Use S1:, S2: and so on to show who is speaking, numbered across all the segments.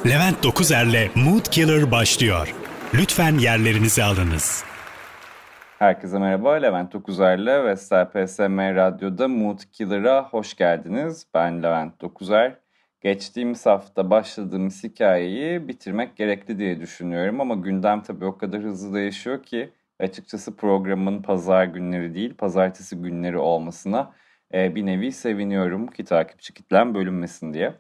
S1: Levent Dokuzer'le Mood Killer başlıyor. Lütfen yerlerinizi alınız.
S2: Herkese merhaba, Levent Dokuzer'le Vestel PSM Radyo'da Mood Killer'a hoş geldiniz. Ben Levent Dokuzer. Geçtiğimiz hafta başladığımız hikayeyi bitirmek gerekli diye düşünüyorum ama gündem tabii o kadar hızlı değişiyor ki açıkçası programın pazar günleri değil, pazartesi günleri olmasına bir nevi seviniyorum ki takipçi kitlem bölünmesin diye.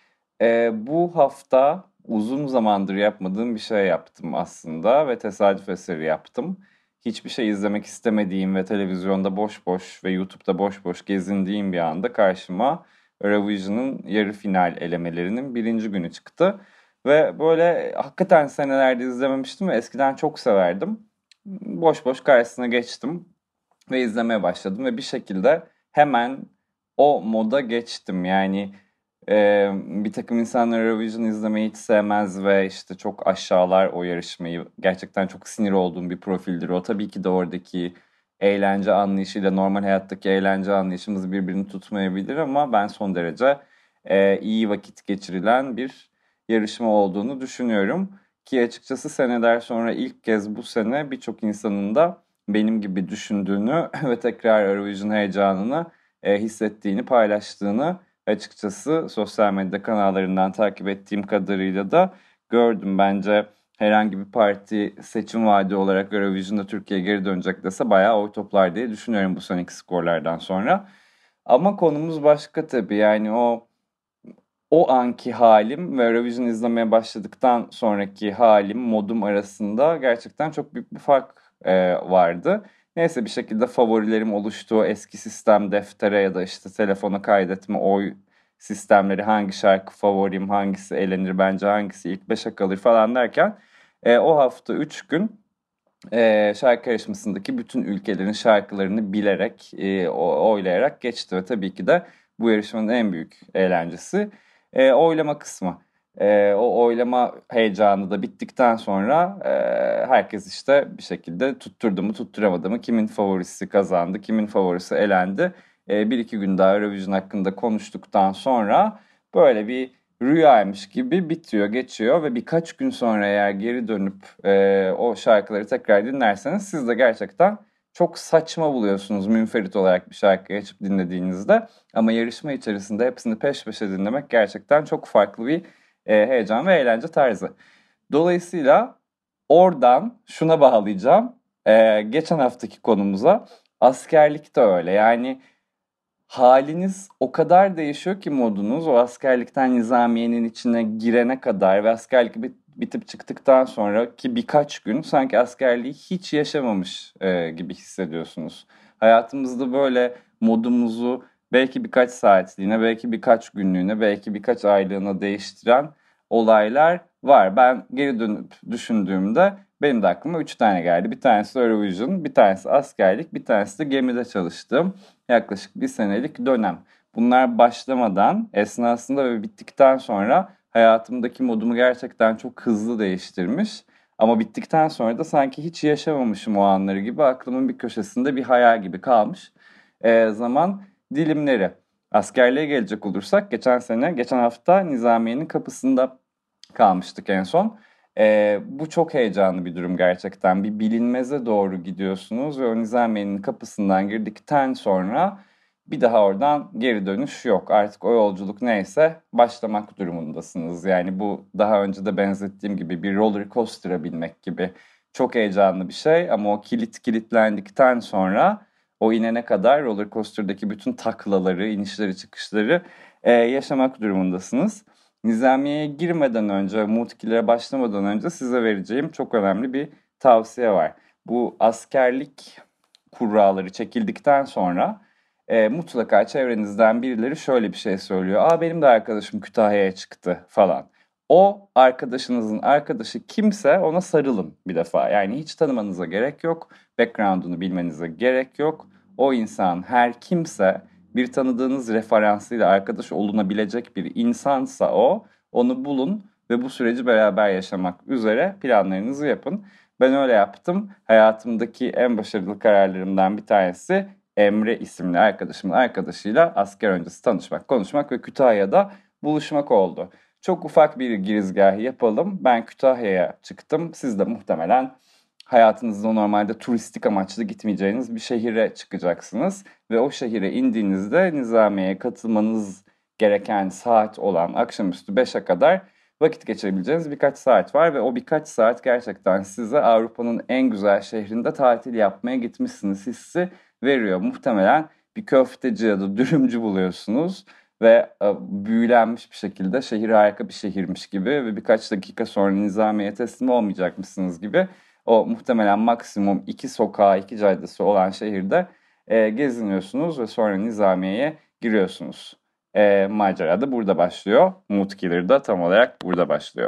S2: Bu hafta uzun zamandır yapmadığım bir şey yaptım aslında ve tesadüf eseri yaptım. Hiçbir şey izlemek istemediğim ve televizyonda boş boş ve YouTube'da boş boş gezindiğim bir anda karşıma Eurovision'ın yarı final elemelerinin birinci günü çıktı. Ve böyle hakikaten senelerde izlememiştim ve eskiden çok severdim. Boş boş karşısına geçtim ve izlemeye başladım ve bir şekilde hemen o moda geçtim. Yani bir takım insanlar Eurovision izlemeyi hiç sevmez ve işte çok aşağılar o yarışmayı. Gerçekten çok sinir olduğum bir profildir o. Tabii ki de oradaki eğlence anlayışıyla normal hayattaki eğlence anlayışımız birbirini tutmayabilir ama ben son derece iyi vakit geçirilen bir yarışma olduğunu düşünüyorum. Ki açıkçası seneler sonra ilk kez bu sene birçok insanın da benim gibi düşündüğünü ve tekrar Eurovision heyecanını hissettiğini, paylaştığını açıkçası sosyal medya kanallarından takip ettiğim kadarıyla da gördüm. Bence herhangi bir parti seçim vaadi olarak Eurovision'da Türkiye geri dönecek dese bayağı oy toplar diye düşünüyorum bu sonraki skorlardan sonra. Ama konumuz başka tabii. Yani o anki halim ve Eurovision izlemeye başladıktan sonraki halim, modum arasında gerçekten çok büyük bir fark vardı. Neyse bir şekilde favorilerim oluştu. Eski sistem deftere ya da işte telefona kaydetme oy sistemleri hangi şarkı favorim, hangisi elenir bence hangisi ilk beşe kalır falan derken o hafta 3 gün şarkı yarışmasındaki bütün ülkelerin şarkılarını bilerek, oylayarak geçti ve tabii ki de bu yarışmanın en büyük eğlencesi oylama kısmı. O oylama heyecanı da bittikten sonra herkes işte bir şekilde tutturdu mu tutturamadı mı, kimin favorisi kazandı, kimin favorisi elendi. Bir iki gün daha Eurovision hakkında konuştuktan sonra böyle bir rüyaymış gibi bitiyor, geçiyor ve birkaç gün sonra eğer geri dönüp o şarkıları tekrar dinlerseniz siz de gerçekten çok saçma buluyorsunuz münferit olarak bir şarkıyı açıp dinlediğinizde. Ama yarışma içerisinde hepsini peş peşe dinlemek gerçekten çok farklı bir heyecan ve eğlence tarzı. Dolayısıyla oradan şuna bağlayacağım. Geçen haftaki konumuza askerlik de öyle. Yani haliniz o kadar değişiyor ki modunuz o askerlikten nizamiyenin içine girene kadar ve askerlik bitip çıktıktan sonraki birkaç gün sanki askerliği hiç yaşamamış gibi hissediyorsunuz. Hayatımızda böyle modumuzu belki birkaç saatliğine, belki birkaç günlüğüne, belki birkaç aylığına değiştiren olaylar var. Ben geri dönüp düşündüğümde benim de aklıma 3 tane geldi. Bir tanesi Eurovision, bir tanesi askerlik, bir tanesi de gemide çalıştığım yaklaşık bir senelik dönem. Bunlar başlamadan, esnasında ve bittikten sonra hayatımdaki modumu gerçekten çok hızlı değiştirmiş. Ama bittikten sonra da sanki hiç yaşamamışım o anları gibi aklımın bir köşesinde bir hayal gibi kalmış. Zaman dilimleri. Askerliğe gelecek olursak geçen hafta Nizamiye'nin kapısında kalmıştık en son. Bu çok heyecanlı bir durum gerçekten. Bir bilinmeze doğru gidiyorsunuz ve o nizamiyenin kapısından girdikten sonra bir daha oradan geri dönüş yok. Artık o yolculuk neyse başlamak durumundasınız. Yani bu daha önce de benzettiğim gibi bir roller coaster'a binmek gibi çok heyecanlı bir şey. Ama o kilitlendikten sonra o inene kadar roller coaster'daki bütün taklaları, inişleri, çıkışları yaşamak durumundasınız. Nizamiye'ye girmeden önce, Multikiller'e başlamadan önce size vereceğim çok önemli bir tavsiye var. Bu askerlik kurraları çekildikten sonra mutlaka çevrenizden birileri şöyle bir şey söylüyor. Aa benim de arkadaşım Kütahya'ya çıktı falan. O arkadaşınızın arkadaşı kimse ona sarılın bir defa. Yani hiç tanımanıza gerek yok. Background'unu bilmenize gerek yok. O insan her kimse bir tanıdığınız referansıyla arkadaş olunabilecek bir insansa onu bulun ve bu süreci beraber yaşamak üzere planlarınızı yapın. Ben öyle yaptım. Hayatımdaki en başarılı kararlarımdan bir tanesi Emre isimli arkadaşımın arkadaşıyla asker öncesi tanışmak, konuşmak ve Kütahya'da buluşmak oldu. çok ufak bir girizgah yapalım. Ben Kütahya'ya çıktım. Siz de muhtemelen hayatınızda normalde turistik amaçlı gitmeyeceğiniz bir şehire çıkacaksınız. Ve o şehire indiğinizde Nizamiye'ye katılmanız gereken saat olan akşamüstü 5'e kadar vakit geçirebileceğiniz birkaç saat var. Ve o birkaç saat gerçekten size Avrupa'nın en güzel şehrinde tatil yapmaya gitmişsiniz hissi veriyor. Muhtemelen bir köfteci ya da dürümcü buluyorsunuz ve büyülenmiş bir şekilde şehir harika bir şehirmiş gibi ve birkaç dakika sonra Nizamiye'ye teslim olmayacakmışsınız gibi o muhtemelen maksimum 2 sokağı 2 caddesi olan şehirde geziniyorsunuz ve sonra Nizamiye'ye giriyorsunuz. Macera da burada başlıyor. Mood Killer da tam olarak burada başlıyor.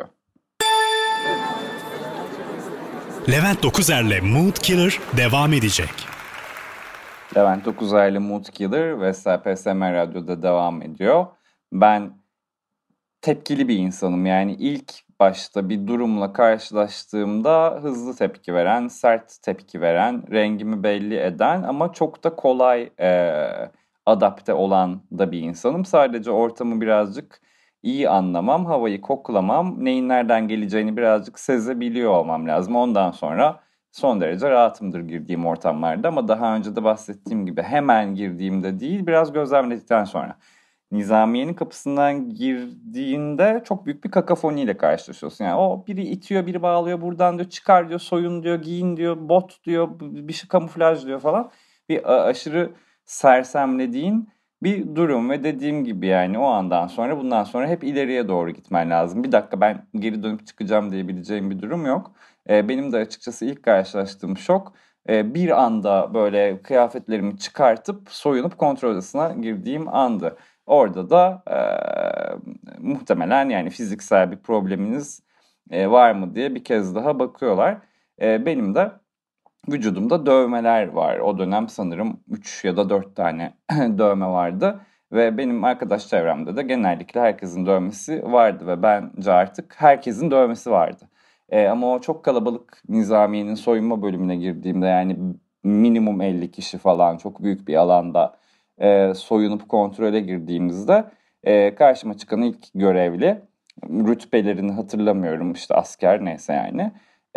S1: Levent Dokuzer'le Mood Killer devam edecek.
S2: Levent Dokuzer'le Mood Killer ve SPSM Radyo'da devam ediyor. Ben tepkili bir insanım. Yani ilk başta bir durumla karşılaştığımda hızlı tepki veren, sert tepki veren, rengimi belli eden ama çok da kolay adapte olan da bir insanım. Sadece ortamı birazcık iyi anlamam, havayı koklamam, neyin nereden geleceğini birazcık sezebiliyor olmam lazım. Ondan sonra son derece rahatımdır girdiğim ortamlarda ama daha önce de bahsettiğim gibi hemen girdiğimde değil, biraz gözlemledikten sonra. Nizamiye'nin kapısından girdiğinde çok büyük bir kakafoniyle karşılaşıyorsun. Yani o biri itiyor, biri bağlıyor, buradan diyor, çıkar diyor, soyun diyor, giyin diyor, bot diyor, bir şey kamuflaj diyor falan. Bir aşırı sersemlediğin bir durum ve dediğim gibi yani o andan sonra bundan sonra hep ileriye doğru gitmen lazım. Bir dakika ben geri dönüp çıkacağım diyebileceğim bir durum yok. Benim de açıkçası ilk karşılaştığım şok bir anda böyle kıyafetlerimi çıkartıp soyunup kontrol odasına girdiğim andı. Orada da muhtemelen yani fiziksel bir probleminiz var mı diye bir kez daha bakıyorlar. Benim de vücudumda dövmeler var. O dönem sanırım 3 ya da 4 tane dövme vardı. Ve benim arkadaş çevremde de genellikle herkesin dövmesi vardı ve bence artık herkesin dövmesi vardı. Ama o çok kalabalık Nizamiye'nin soyunma bölümüne girdiğimde yani minimum 50 kişi falan çok büyük bir alanda soyunup kontrole girdiğimizde karşıma çıkan ilk görevli, rütbelerini hatırlamıyorum işte asker neyse yani.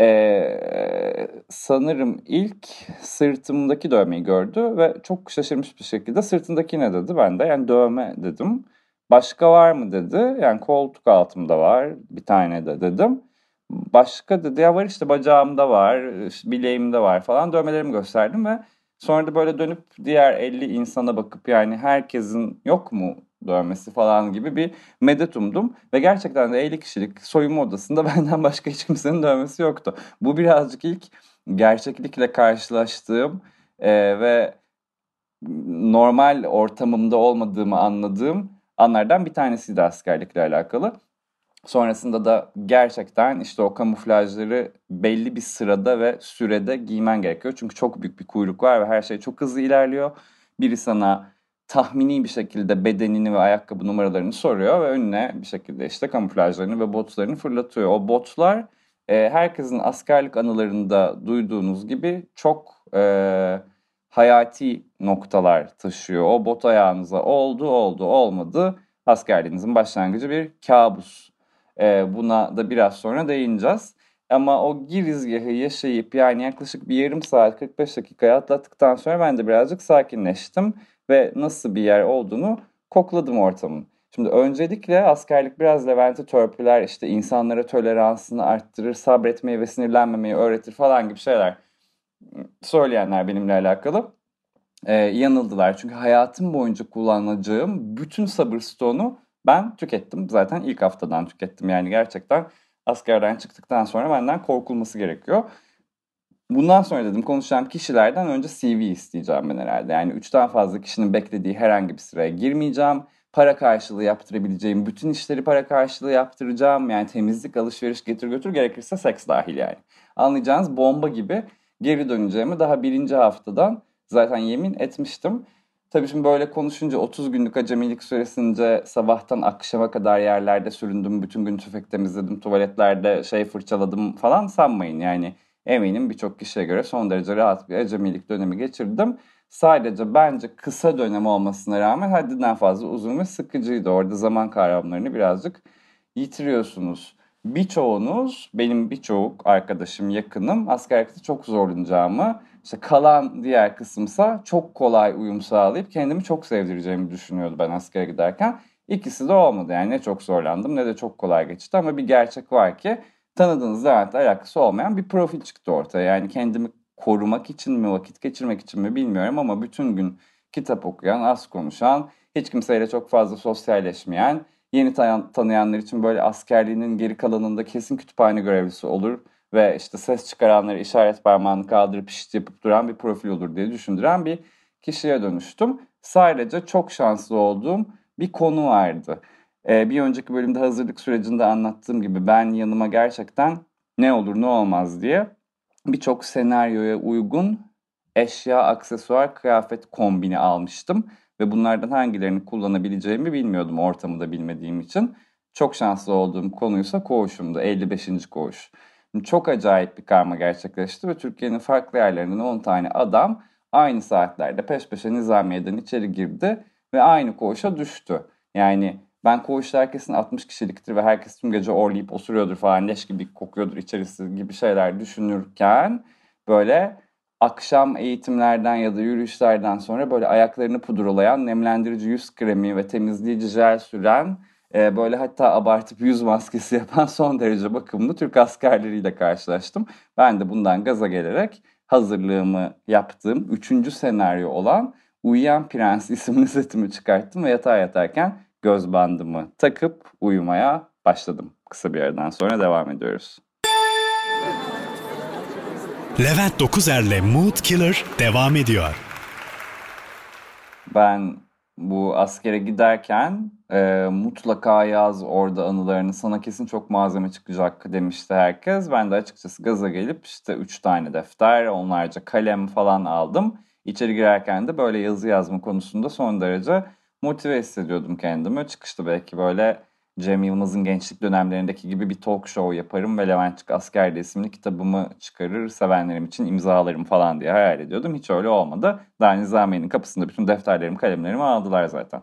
S2: Sanırım ilk sırtımdaki dövmeyi gördü ve çok şaşırmış bir şekilde sırtındaki ne dedi, ben de yani dövme dedim. Başka var mı dedi, yani koltuk altımda var bir tane de dedim. Başka dedi, ya var işte bacağımda var, işte bileğimde var falan, dövmelerimi gösterdim ve sonra da böyle dönüp diğer 50 insana bakıp yani herkesin yok mu dövmesi falan gibi bir medet umdum. Ve gerçekten de 50 kişilik soyunma odasında benden başka hiç kimsenin dövmesi yoktu. Bu birazcık ilk gerçeklikle karşılaştığım ve normal ortamımda olmadığımı anladığım anlardan bir tanesiydi askerlikle alakalı. Sonrasında da gerçekten işte o kamuflajları belli bir sırada ve sürede giymen gerekiyor. Çünkü çok büyük bir kuyruk var ve her şey çok hızlı ilerliyor. Biri sana tahmini bir şekilde bedenini ve ayakkabı numaralarını soruyor ve önüne bir şekilde işte kamuflajlarını ve botlarını fırlatıyor. O botlar herkesin askerlik anılarında duyduğunuz gibi çok hayati noktalar taşıyor. O bot ayağınıza oldu olmadı askerliğinizin başlangıcı bir kabus. Buna da biraz sonra değineceğiz. Ama o girizgahı yaşayıp yani yaklaşık bir yarım saat 45 dakikaya atlattıktan sonra ben de birazcık sakinleştim ve nasıl bir yer olduğunu kokladım ortamın. Şimdi öncelikle askerlik biraz Levent'i törpüler, işte insanlara toleransını arttırır, sabretmeyi ve sinirlenmemeyi öğretir falan gibi şeyler söyleyenler benimle alakalı yanıldılar. Çünkü hayatım boyunca kullanacağım bütün sabır stoğunu ben tükettim. Zaten ilk haftadan tükettim. Yani gerçekten askerden çıktıktan sonra benden korkulması gerekiyor. Bundan sonra dedim konuşacağım kişilerden önce CV isteyeceğim ben herhalde. Yani 3'ten fazla kişinin beklediği herhangi bir sıraya girmeyeceğim. Para karşılığı yaptırabileceğim bütün işleri para karşılığı yaptıracağım. Yani temizlik, alışveriş, getir götür, gerekirse seks dahil yani. Anlayacağınız bomba gibi geri döneceğimi daha birinci haftadan zaten yemin etmiştim. Tabii şimdi böyle konuşunca 30 günlük acemilik süresince sabahtan akşama kadar yerlerde süründüm. Bütün gün tüfek temizledim, tuvaletlerde fırçaladım falan sanmayın. Yani eminim birçok kişiye göre son derece rahat bir acemilik dönemi geçirdim. Sadece bence kısa dönem olmasına rağmen haddinden fazla uzun ve sıkıcıydı. Orada zaman kavramlarını birazcık yitiriyorsunuz. Benim birçok arkadaşım, yakınım askerlikte çok zorlanacağımı, işte kalan diğer kısımsa çok kolay uyum sağlayıp kendimi çok sevdireceğimi düşünüyordu ben askere giderken. İkisi de olmadı, yani ne çok zorlandım ne de çok kolay geçti, ama bir gerçek var ki tanıdığınız Levent'le alakası olmayan bir profil çıktı ortaya. Yani kendimi korumak için mi, vakit geçirmek için mi bilmiyorum, ama bütün gün kitap okuyan, az konuşan, hiç kimseyle çok fazla sosyalleşmeyen, yeni tanıyanlar için böyle askerliğinin geri kalanında kesin kütüphane görevlisi olur ve işte ses çıkaranları işaret parmağını kaldırıp işit yapıp duran bir profil olur diye düşündüren bir kişiye dönüştüm. Sadece çok şanslı olduğum bir konu vardı. Bir önceki bölümde hazırlık sürecinde anlattığım gibi ben yanıma gerçekten ne olur ne olmaz diye birçok senaryoya uygun eşya, aksesuar, kıyafet kombini almıştım. Ve bunlardan hangilerini kullanabileceğimi bilmiyordum, ortamı da bilmediğim için. Çok şanslı olduğum konuysa koğuşumdu, 55. koğuş. Çok acayip bir karma gerçekleşti ve Türkiye'nin farklı yerlerinden 10 tane adam aynı saatlerde peş peşe Nizamiye'den içeri girdi ve aynı koğuşa düştü. Yani ben koğuşta herkesin 60 kişiliktir ve herkes tüm gece orlayıp osuruyordur falan, leş gibi kokuyordur içerisi gibi şeyler düşünürken, böyle akşam eğitimlerden ya da yürüyüşlerden sonra böyle ayaklarını pudralayan, nemlendirici yüz kremi ve temizleyici jel süren, böyle hatta abartıp yüz maskesi yapan son derece bakımlı Türk askerleriyle karşılaştım. Ben de bundan gaza gelerek hazırlığımı yaptığım 3. senaryo olan Uyuyan Prens isimli setimi çıkarttım ve yatağa yatarken göz bandımı takıp uyumaya başladım. Kısa bir aradan sonra devam ediyoruz.
S1: Levent Dokuzer'le Mood Killer devam ediyor.
S2: Ben bu askere giderken mutlaka yaz orada anılarını, sana kesin çok malzeme çıkacak demişti herkes. Ben de açıkçası gaza gelip işte 3 tane defter, onlarca kalem falan aldım. İçeri girerken de böyle yazı yazma konusunda son derece motive hissediyordum kendimi. Çıkışta belki böyle Cem Yılmaz'ın gençlik dönemlerindeki gibi bir talk show yaparım ve Leventçik Asker'de isimli kitabımı çıkarır, sevenlerim için imzalarım falan diye hayal ediyordum. Hiç öyle olmadı. Daha Nizamiye'nin kapısında bütün defterlerimi, kalemlerimi aldılar zaten.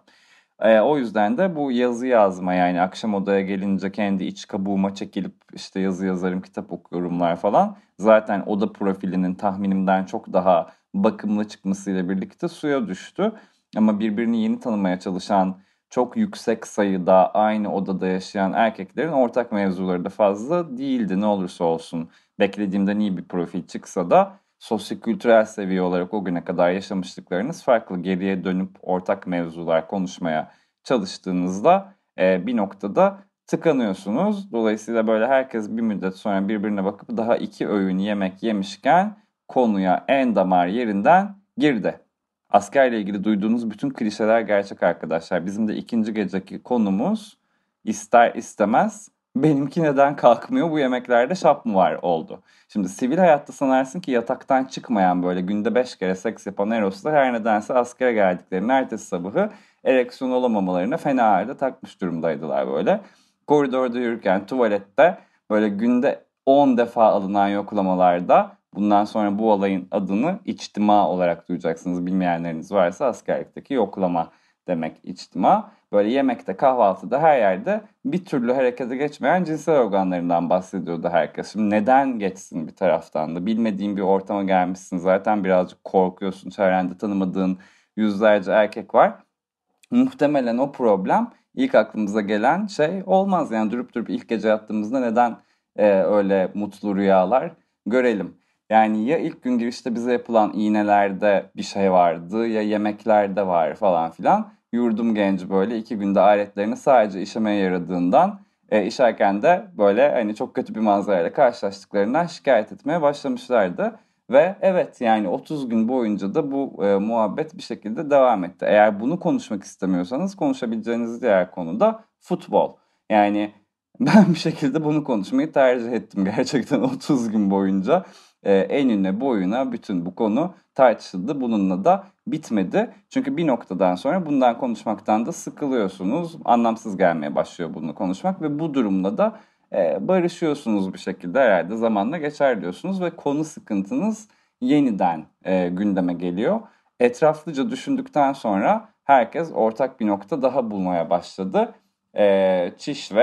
S2: O yüzden de bu yazı yazma, yani akşam odaya gelince kendi iç kabuğuma çekilip işte yazı yazarım, kitap okuyorumlar falan, zaten oda profilinin tahminimden çok daha bakımlı çıkmasıyla birlikte suya düştü. Ama birbirini yeni tanımaya çalışan, çok yüksek sayıda aynı odada yaşayan erkeklerin ortak mevzuları da fazla değildi, ne olursa olsun. Beklediğimden iyi bir profil çıksa da sosyokültürel seviye olarak o güne kadar yaşamışlıklarınız farklı. Geriye dönüp ortak mevzular konuşmaya çalıştığınızda bir noktada tıkanıyorsunuz. Dolayısıyla böyle herkes bir müddet sonra birbirine bakıp daha 2 öğün yemek yemişken konuya en damar yerinden girdi. Askerle ilgili duyduğunuz bütün klişeler gerçek arkadaşlar. Bizim de ikinci geceki konumuz ister istemez benimki neden kalkmıyor, bu yemeklerde şap mı var oldu. Şimdi sivil hayatta sanarsın ki yataktan çıkmayan, böyle günde 5 kere seks yapan eroslar her nedense askere geldiklerinin ertesi sabahı ereksiyon olamamalarına fena halde takmış durumdaydılar böyle. Koridorda yürürken, tuvalette, böyle günde 10 defa alınan yoklamalarda, bundan sonra bu olayın adını içtima olarak duyacaksınız. Bilmeyenleriniz varsa askerlikteki yoklama demek içtima. Böyle yemekte, kahvaltıda, her yerde bir türlü harekete geçmeyen cinsel organlarından bahsediyordu herkes. Şimdi neden geçsin bir taraftan da? Bilmediğin bir ortama gelmişsin. Zaten birazcık korkuyorsun. Çevrende tanımadığın yüzlerce erkek var. Muhtemelen o problem ilk aklımıza gelen şey olmaz. Yani durup durup ilk gece yattığımızda neden öyle mutlu rüyalar görelim? Yani ya ilk gün girişte bize yapılan iğnelerde bir şey vardı, ya yemeklerde var falan filan. Yurdum genci böyle 2 günde aletlerini sadece işemeye yaradığından, işerken de böyle hani çok kötü bir manzarayla karşılaştıklarından şikayet etmeye başlamışlardı. Ve evet, yani 30 gün boyunca da bu muhabbet bir şekilde devam etti. Eğer bunu konuşmak istemiyorsanız konuşabileceğiniz diğer konu da futbol. Yani ben bir şekilde bunu konuşmayı tercih ettim gerçekten 30 gün boyunca. Enine boyuna bütün bu konu tartışıldı. Bununla da bitmedi. Çünkü bir noktadan sonra bundan konuşmaktan da sıkılıyorsunuz. Anlamsız gelmeye başlıyor bunu konuşmak ve bu durumla da barışıyorsunuz bir şekilde, herhalde zamanla geçer diyorsunuz ve konu sıkıntınız yeniden gündeme geliyor. Etraflıca düşündükten sonra herkes ortak bir nokta daha bulmaya başladı. Çiş ve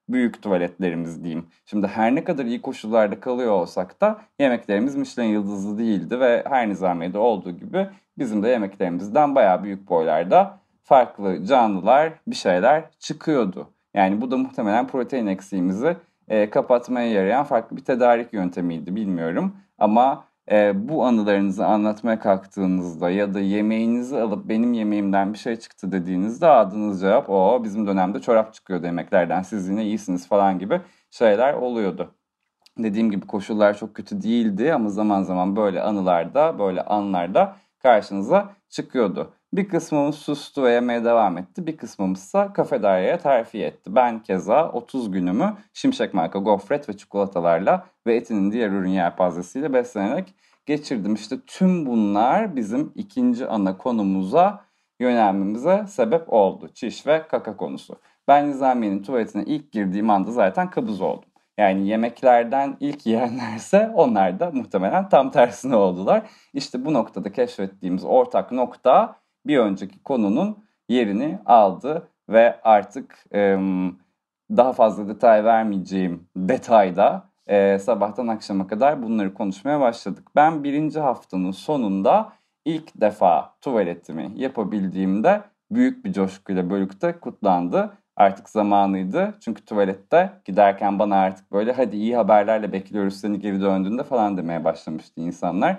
S2: büyük tuvaletlerimiz diyeyim. Şimdi her ne kadar iyi koşullarda kalıyor olsak da yemeklerimiz Michelin yıldızlı değildi ve her nizamiyede olduğu gibi bizim de yemeklerimizden bayağı büyük boylarda farklı canlılar, bir şeyler çıkıyordu. Yani bu da muhtemelen protein eksiğimizi kapatmaya yarayan farklı bir tedarik yöntemiydi, bilmiyorum. Ama bu anılarınızı anlatmaya kalktığınızda ya da yemeğinizi alıp benim yemeğimden bir şey çıktı dediğinizde aldığınız cevap o bizim dönemde çorap çıkıyordu yemeklerden, siz yine iyisiniz falan gibi şeyler oluyordu. Dediğim gibi koşullar çok kötü değildi ama zaman zaman böyle anılarda, böyle anlarda karşınıza çıkıyordu. Bir kısmımız sustu ve yemeye devam etti. Bir kısmımızsa kafeteryaya terfi etti. Ben keza 30 günümü Şimşek marka gofret ve çikolatalarla ve etinin diğer ürün yelpazesiyle beslenerek geçirdim. İşte tüm bunlar bizim ikinci ana konumuza yönelmemize sebep oldu. Çiş ve kaka konusu. Ben Nizamiye'nin tuvaletine ilk girdiğim anda zaten kabız oldum. Yani yemeklerden ilk yiyenlerse onlar da muhtemelen tam tersine oldular. İşte bu noktada keşfettiğimiz ortak nokta bir önceki konunun yerini aldı ve artık daha fazla detay vermeyeceğim detayda sabahtan akşama kadar bunları konuşmaya başladık. Ben birinci haftanın sonunda ilk defa tuvaletimi yapabildiğimde büyük bir coşkuyla Bölük'te kutlandı. Artık zamanıydı. Çünkü tuvalette giderken bana artık böyle hadi iyi haberlerle bekliyoruz seni geri döndüğünde falan demeye başlamıştı insanlar.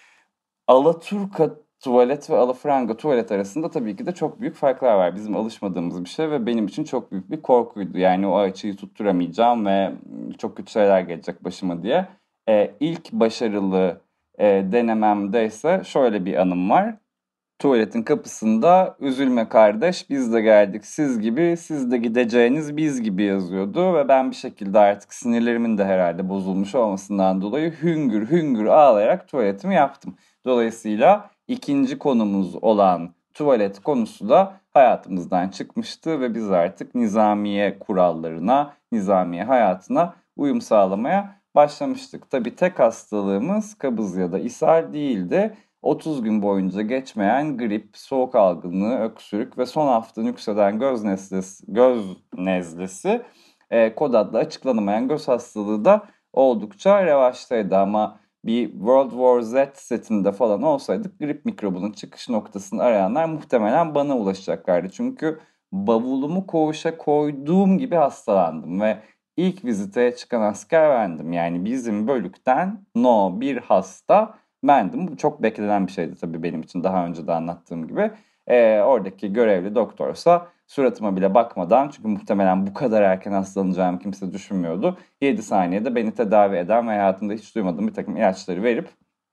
S2: Alaturka tuvalet ve alafranga tuvalet arasında tabii ki de çok büyük farklar var. Bizim alışmadığımız bir şey ve benim için çok büyük bir korkuydu. Yani o açıyı tutturamayacağım ve çok kötü şeyler gelecek başıma diye. İlk başarılı denememde ise şöyle bir anım var. Tuvaletin kapısında üzülme kardeş biz de geldik siz gibi siz de gideceğiniz biz gibi yazıyordu ve ben bir şekilde artık sinirlerimin de herhalde bozulmuş olmasından dolayı hüngür hüngür ağlayarak tuvaletimi yaptım. Dolayısıyla ikinci konumuz olan tuvalet konusu da hayatımızdan çıkmıştı ve biz artık nizamiye kurallarına, nizamiye hayatına uyum sağlamaya başlamıştık. Tabii tek hastalığımız kabız ya da ishal değildi. 30 gün boyunca geçmeyen grip, soğuk algınlığı, öksürük ve son hafta yükselen göz nezlesi kod adlı açıklanamayan göz hastalığı da oldukça revaçtaydı ama bir World War Z setinde falan olsaydık grip mikrobunun çıkış noktasını arayanlar muhtemelen bana ulaşacaklardı. Çünkü bavulumu koğuşa koyduğum gibi hastalandım ve ilk viziteye çıkan asker bendim. Yani bizim bölükten no bir hasta bendim. Bu çok beklenen bir şeydi tabii benim için daha önce de anlattığım gibi. Oradaki görevli doktorsa suratıma bile bakmadan çünkü muhtemelen bu kadar erken hastalanacağımı kimse düşünmüyordu. 7 saniyede beni tedavi eden ve hayatımda hiç duymadığım bir takım ilaçları verip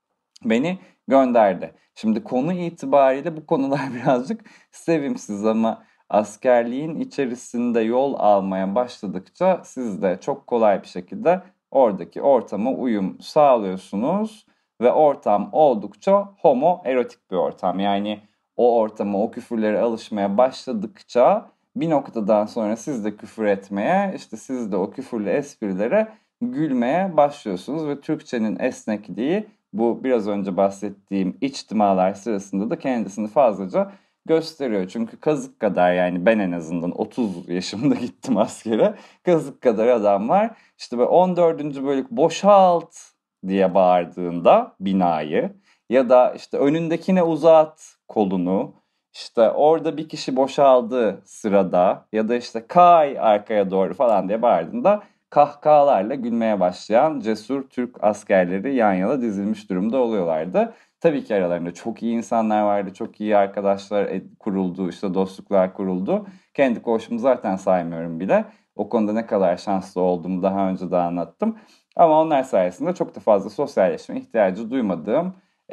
S2: beni gönderdi. Şimdi konu itibariyle bu konular birazcık sevimsiz ama askerliğin içerisinde yol almaya başladıkça siz de çok kolay bir şekilde oradaki ortama uyum sağlıyorsunuz ve ortam oldukça homoerotik bir ortam. Yani o ortama, o küfürlere alışmaya başladıkça bir noktadan sonra siz de küfür etmeye, işte siz de o küfürlü esprilere gülmeye başlıyorsunuz ve Türkçenin esnekliği bu biraz önce bahsettiğim içtimalar sırasında da kendisini fazlaca gösteriyor. Çünkü kazık kadar yani ben en azından 30 yaşımda gittim askere. Kazık kadar adamlar işte böyle 14. bölük boşalt diye bağırdığında binayı ya da işte önündekine uzat kolunu işte orada bir kişi boşaldı sırada ya da işte kay arkaya doğru falan diye bağırdığında kahkahalarla gülmeye başlayan cesur Türk askerleri yan yana dizilmiş durumda oluyorlardı. Tabii ki aralarında çok iyi insanlar vardı, çok iyi arkadaşlar kuruldu, işte dostluklar kuruldu. Kendi koğuşumu zaten saymıyorum bile. O konuda ne kadar şanslı olduğumu daha önce de anlattım. Ama onlar sayesinde çok da fazla sosyalleşme ihtiyacı duymadığım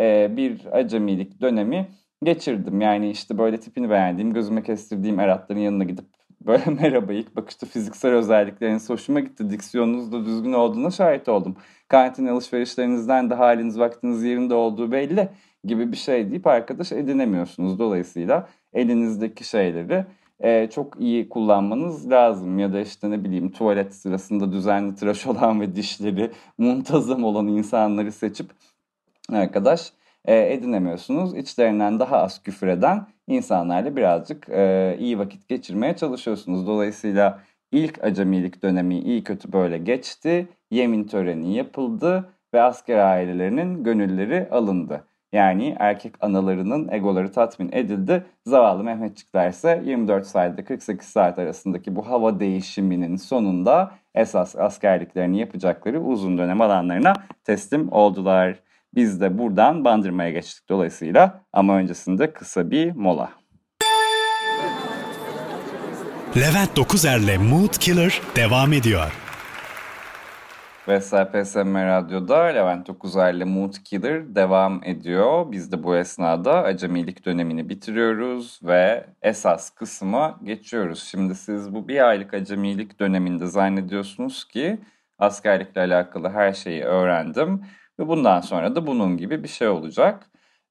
S2: bir acemilik dönemi geçirdim. Yani işte böyle tipini beğendiğim, gözüme kestirdiğim eratların yanına gidip böyle merhaba ilk bakışta fiziksel özellikleriniz hoşuma gitti. Diksiyonunuz da düzgün olduğuna şahit oldum. Kantin alışverişlerinizden de haliniz vaktiniz yerinde olduğu belli gibi bir şey deyip arkadaş edinemiyorsunuz. Dolayısıyla elinizdeki şeyleri çok iyi kullanmanız lazım. Ya da işte ne bileyim tuvalet sırasında düzenli tıraş olan ve dişleri muntazam olan insanları seçip arkadaş edinemiyorsunuz. İçlerinden daha az küfür eden insanlarla birazcık iyi vakit geçirmeye çalışıyorsunuz. Dolayısıyla İlk acemilik dönemi iyi kötü böyle geçti. Yemin töreni yapıldı ve asker ailelerinin gönülleri alındı. Yani erkek analarının egoları tatmin edildi. Zavallı Mehmetçikler ise 24 saatte 48 saat arasındaki bu hava değişiminin sonunda esas askerliklerini yapacakları uzun dönem alanlarına teslim oldular. Biz de buradan Bandırma'ya geçtik dolayısıyla ama öncesinde kısa bir mola.
S1: Levent Dokuzer'le Mood Killer devam ediyor.
S2: Ve SPSM Radyo'da Levent Dokuzer'le Mood Killer devam ediyor. Biz de bu esnada acemilik dönemini bitiriyoruz ve esas kısma geçiyoruz. Şimdi siz bu bir aylık acemilik döneminde zannediyorsunuz ki askerlikle alakalı her şeyi öğrendim ve bundan sonra da bunun gibi bir şey olacak.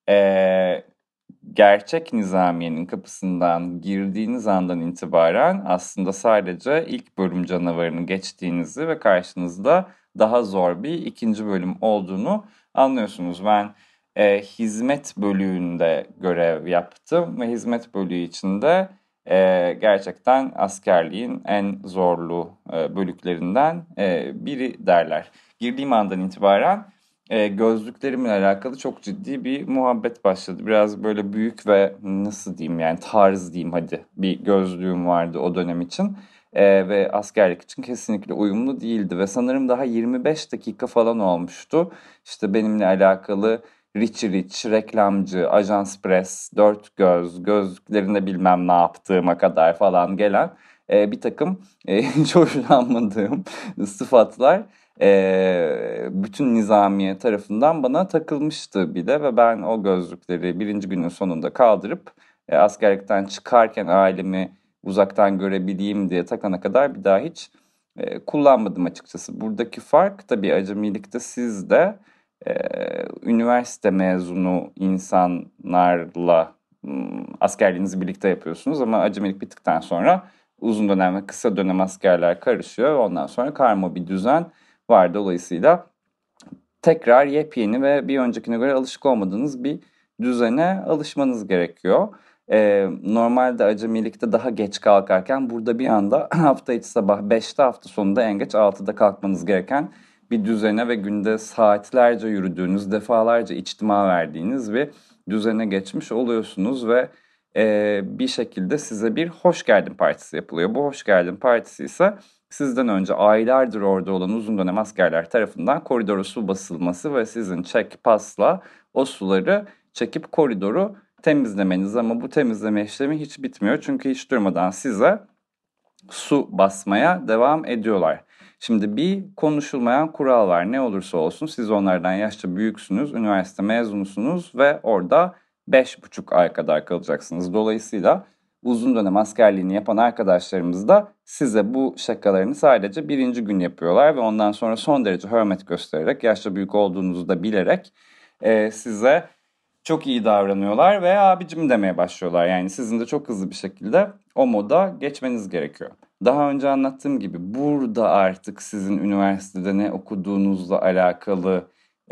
S2: Gerçek nizamiyenin kapısından girdiğiniz andan itibaren aslında sadece ilk bölüm canavarını geçtiğinizi ve karşınızda daha zor bir ikinci bölüm olduğunu anlıyorsunuz. Ben hizmet bölüğünde görev yaptım ve hizmet bölüğü içinde gerçekten askerliğin en zorlu bölüklerinden biri derler. Girdiğim andan itibaren gözlüklerimle alakalı çok ciddi bir muhabbet başladı. Biraz böyle büyük ve nasıl diyeyim yani tarz diyeyim hadi bir gözlüğüm vardı o dönem için. Ve askerlik için kesinlikle uyumlu değildi ve sanırım daha 25 dakika falan olmuştu. İşte benimle alakalı Richie Rich, reklamcı, Ajans Press, dört göz, gözlüklerinde bilmem ne yaptığıma kadar falan gelen bir takım hiç hoşlanmadığım sıfatlar bütün nizamiye tarafından bana takılmıştı bile ve ben o gözlükleri birinci günün sonunda kaldırıp askerlikten çıkarken ailemi uzaktan görebileyim diye takana kadar bir daha hiç kullanmadım açıkçası. Buradaki fark tabii acemilikte siz de üniversite mezunu insanlarla askerliğinizi birlikte yapıyorsunuz ama acemilik bittikten sonra uzun dönem ve kısa dönem askerler karışıyor. Ondan sonra karma bir düzen var. Dolayısıyla tekrar yepyeni ve bir öncekine göre alışık olmadığınız bir düzene alışmanız gerekiyor. Normalde acemilikte daha geç kalkarken burada bir anda hafta içi sabah 5'te hafta sonunda en geç 6'da kalkmanız gereken bir düzene ve günde saatlerce yürüdüğünüz, defalarca içtima verdiğiniz bir düzene geçmiş oluyorsunuz ve bir şekilde size bir hoş geldin partisi yapılıyor. Bu hoş geldin partisi ise sizden önce aylardır orada olan uzun dönem askerler tarafından koridora su basılması ve sizin çek pasla o suları çekip koridoru temizlemeniz ama bu temizleme işlemi hiç bitmiyor. Çünkü hiç durmadan size su basmaya devam ediyorlar. Şimdi bir konuşulmayan kural var. Ne olursa olsun siz onlardan yaşça büyüksünüz, üniversite mezunusunuz ve orada 5,5 ay kadar kalacaksınız. Dolayısıyla uzun dönem askerliğini yapan arkadaşlarımız da size bu şakalarını sadece birinci gün yapıyorlar ve ondan sonra son derece hürmet göstererek, yaşça büyük olduğunuzu da bilerek size çok iyi davranıyorlar ve abicim demeye başlıyorlar. Yani sizin de çok hızlı bir şekilde o moda geçmeniz gerekiyor. Daha önce anlattığım gibi burada artık sizin üniversitede ne okuduğunuzla alakalı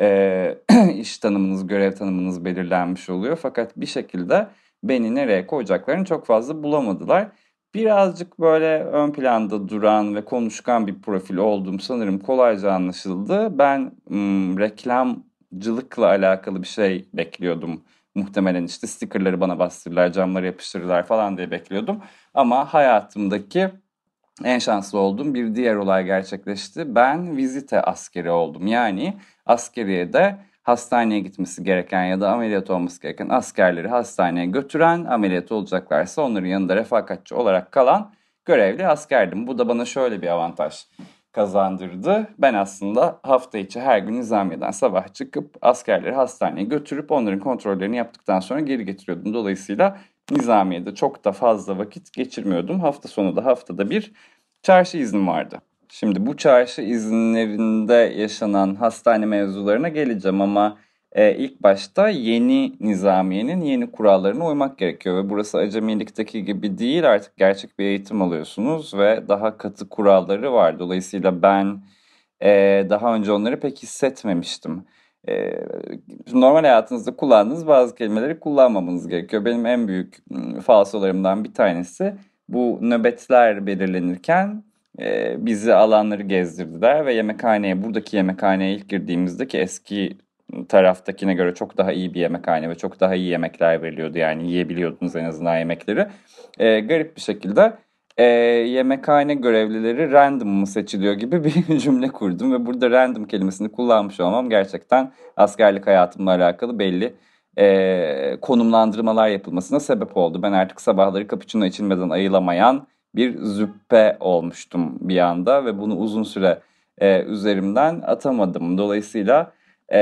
S2: iş tanımınız, görev tanımınız belirlenmiş oluyor. Fakat bir şekilde beni nereye koyacaklarını çok fazla bulamadılar. Birazcık böyle ön planda duran ve konuşkan bir profil olduğum sanırım kolayca anlaşıldı. Ben reklamcılıkla alakalı bir şey bekliyordum. Muhtemelen işte stickerları bana bastırırlar, camları yapıştırırlar falan diye bekliyordum. Ama hayatımdaki en şanslı olduğum bir diğer olay gerçekleşti. Ben vizite askeri oldum. Yani askeriyede hastaneye gitmesi gereken ya da ameliyat olması gereken askerleri hastaneye götüren, ameliyat olacaklarsa onların yanında refakatçi olarak kalan görevli askerdim. Bu da bana şöyle bir avantaj kazandırdı. Ben aslında hafta içi her gün nizamiyeden sabah çıkıp askerleri hastaneye götürüp onların kontrollerini yaptıktan sonra geri getiriyordum. Dolayısıyla nizamiyede çok da fazla vakit geçirmiyordum. Hafta sonu da haftada bir çarşı iznim vardı. Şimdi bu çarşı izinlerinde yaşanan hastane mevzularına geleceğim ama ilk başta yeni nizamiyenin yeni kurallarına uymak gerekiyor ve burası acemilikteki gibi değil, artık gerçek bir eğitim alıyorsunuz ve daha katı kuralları var. Dolayısıyla ben daha önce onları pek hissetmemiştim. Normal hayatınızda kullandığınız bazı kelimeleri kullanmamanız gerekiyor. Benim en büyük falsolarımdan bir tanesi bu nöbetler belirlenirken bizi alanları gezdirdiler ve buradaki yemekhaneye ilk girdiğimizde, ki eski taraftakine göre çok daha iyi bir yemekhane ve çok daha iyi yemekler veriliyordu. Yani yiyebiliyordunuz en azından yemekleri. Garip bir şekilde yemekhane görevlileri random mı seçiliyor gibi bir cümle kurdum ve burada random kelimesini kullanmış olmam gerçekten askerlik hayatımla alakalı belli konumlandırmalar yapılmasına sebep oldu. Ben artık sabahları cappuccino içilmeden ayılamayan bir züppe olmuştum bir anda ve bunu uzun süre üzerimden atamadım. Dolayısıyla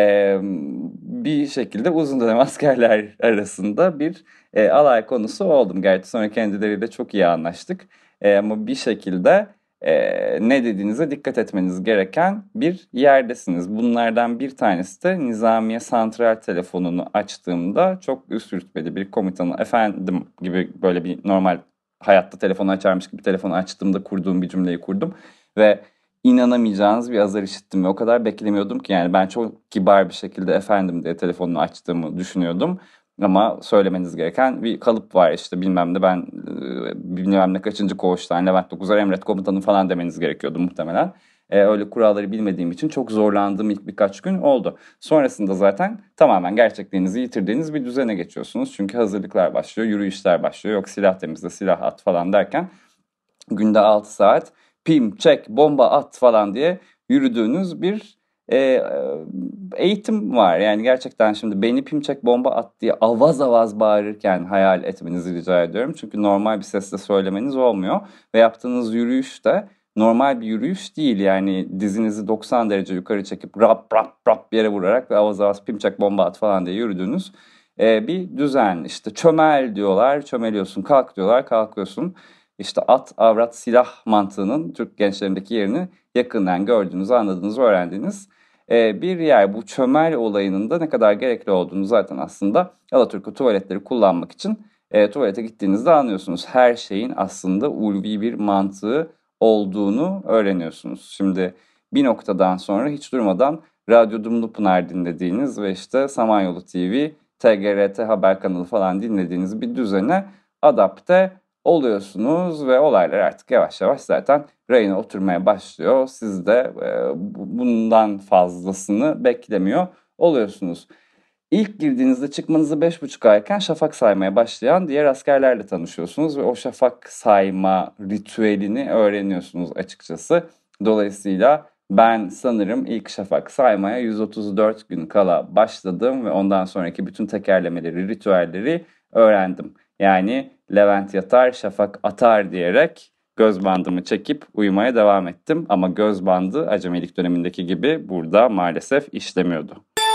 S2: bir şekilde uzun dönem askerler arasında bir alay konusu oldum. Gerçi sonra kendileriyle çok iyi anlaştık. Ama bir şekilde ne dediğinize dikkat etmeniz gereken bir yerdesiniz. Bunlardan bir tanesi de Nizamiye Santral telefonunu açtığımda çok üst rütbeli bir komutanın efendim gibi böyle bir normal hayatta telefonu açarmış gibi telefonu açtığımda kurduğum bir cümleyi kurdum. Ve inanamayacağınız bir azar işittim ve o kadar beklemiyordum ki, yani ben çok kibar bir şekilde efendim diye telefonunu açtığımı düşünüyordum. Ama söylemeniz gereken bir kalıp var, işte bilmem ne ben bilmem ne kaçıncı koğuştan Levent Dokuzer emret komutanım falan demeniz gerekiyordu muhtemelen. Öyle kuralları bilmediğim için çok zorlandığım ilk birkaç gün oldu. Sonrasında zaten tamamen gerçekliğinizi yitirdiğiniz bir düzene geçiyorsunuz. Çünkü hazırlıklar başlıyor, yürüyüşler başlıyor. Yok silah temizle, silah at falan derken günde 6 saat pim, çek, bomba at falan diye yürüdüğünüz bir e, eğitim var. Yani gerçekten şimdi beni pim, çek, bomba at diye avaz avaz bağırırken hayal etmenizi rica ediyorum. Çünkü normal bir sesle söylemeniz olmuyor. Ve yaptığınız yürüyüş de normal bir yürüyüş değil. Yani dizinizi 90 derece yukarı çekip rap rap rap bir yere vurarak ve avaz avaz pim, çek, bomba at falan diye yürüdüğünüz bir düzen. İşte çömel diyorlar, çömeliyorsun, kalk diyorlar, kalkıyorsun. İşte at, avrat, silah mantığının Türk gençlerindeki yerini yakından gördüğünüz, anladığınız, öğrendiğiniz bir yer. Bu çömel olayının da ne kadar gerekli olduğunu zaten aslında Alaturka tuvaletleri kullanmak için tuvalete gittiğinizde anlıyorsunuz. Her şeyin aslında ulvi bir mantığı olduğunu öğreniyorsunuz. Şimdi bir noktadan sonra hiç durmadan Radyo Dumlupınar dinlediğiniz ve işte Samanyolu TV, TGRT haber kanalı falan dinlediğiniz bir düzene adapte oluyorsunuz ve olaylar artık yavaş yavaş zaten rayına oturmaya başlıyor. Siz de bundan fazlasını beklemiyor oluyorsunuz. İlk girdiğinizde çıkmanızı 5,5 ayken şafak saymaya başlayan diğer askerlerle tanışıyorsunuz ve o şafak sayma ritüelini öğreniyorsunuz açıkçası. Dolayısıyla ben sanırım ilk şafak saymaya 134 gün kala başladım ve ondan sonraki bütün tekerlemeleri, ritüelleri öğrendim. Yani Levent yatar, şafak atar diyerek göz bandımı çekip uyumaya devam ettim. Ama göz bandı acemilik dönemindeki gibi burada maalesef işlemiyordu.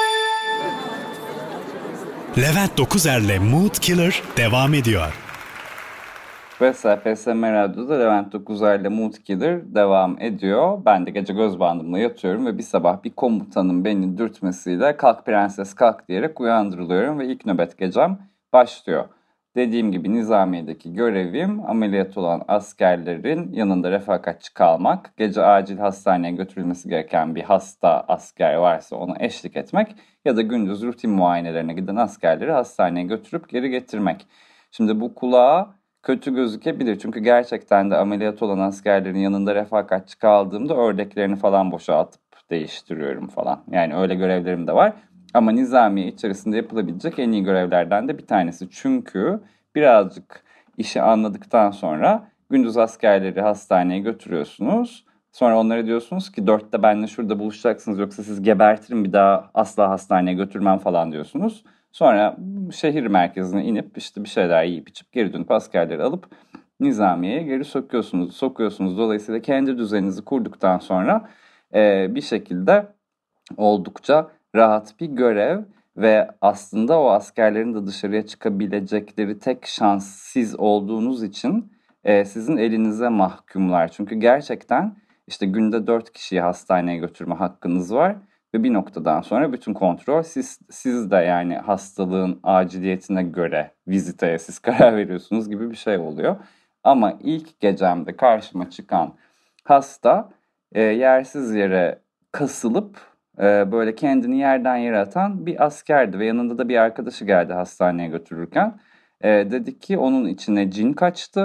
S1: Levent Dokuzer'le Mood Killer devam ediyor.
S2: Ve SPSM Radyo'da Levent Dokuzer'le Mood Killer devam ediyor. Ben de gece göz bandımla yatıyorum ve bir sabah bir komutanın beni dürtmesiyle kalk prenses kalk diyerek uyandırılıyorum ve ilk nöbet gecem başlıyor. Dediğim gibi Nizamiye'deki görevim ameliyat olan askerlerin yanında refakatçi kalmak, gece acil hastaneye götürülmesi gereken bir hasta asker varsa ona eşlik etmek ya da gündüz rutin muayenelerine giden askerleri hastaneye götürüp geri getirmek. Şimdi bu kulağa kötü gözükebilir çünkü gerçekten de ameliyat olan askerlerin yanında refakatçi kaldığımda ördeklerini falan boşaltıp değiştiriyorum falan. Yani öyle görevlerim de var. Ama nizamiye içerisinde yapılabilecek en iyi görevlerden de bir tanesi. Çünkü birazcık işi anladıktan sonra gündüz askerleri hastaneye götürüyorsunuz. Sonra onlara diyorsunuz ki 4'te benimle şurada buluşacaksınız yoksa siz gebertirim bir daha asla hastaneye götürmem falan diyorsunuz. Sonra şehir merkezine inip işte bir şeyler yiyip içip geri dönüp askerleri alıp nizamiyeye geri sokuyorsunuz. Dolayısıyla kendi düzeninizi kurduktan sonra bir şekilde oldukça rahat bir görev ve aslında o askerlerin de dışarıya çıkabilecekleri tek şans siz olduğunuz için sizin elinize mahkumlar. Çünkü gerçekten işte günde 4 kişiyi hastaneye götürme hakkınız var ve bir noktadan sonra bütün kontrol siz de, yani hastalığın aciliyetine göre viziteye siz karar veriyorsunuz gibi bir şey oluyor. Ama ilk gecemde karşıma çıkan hasta yersiz yere kasılıp böyle kendini yerden yere atan bir askerdi ve yanında da bir arkadaşı geldi hastaneye götürürken. Dedi ki onun içine cin kaçtı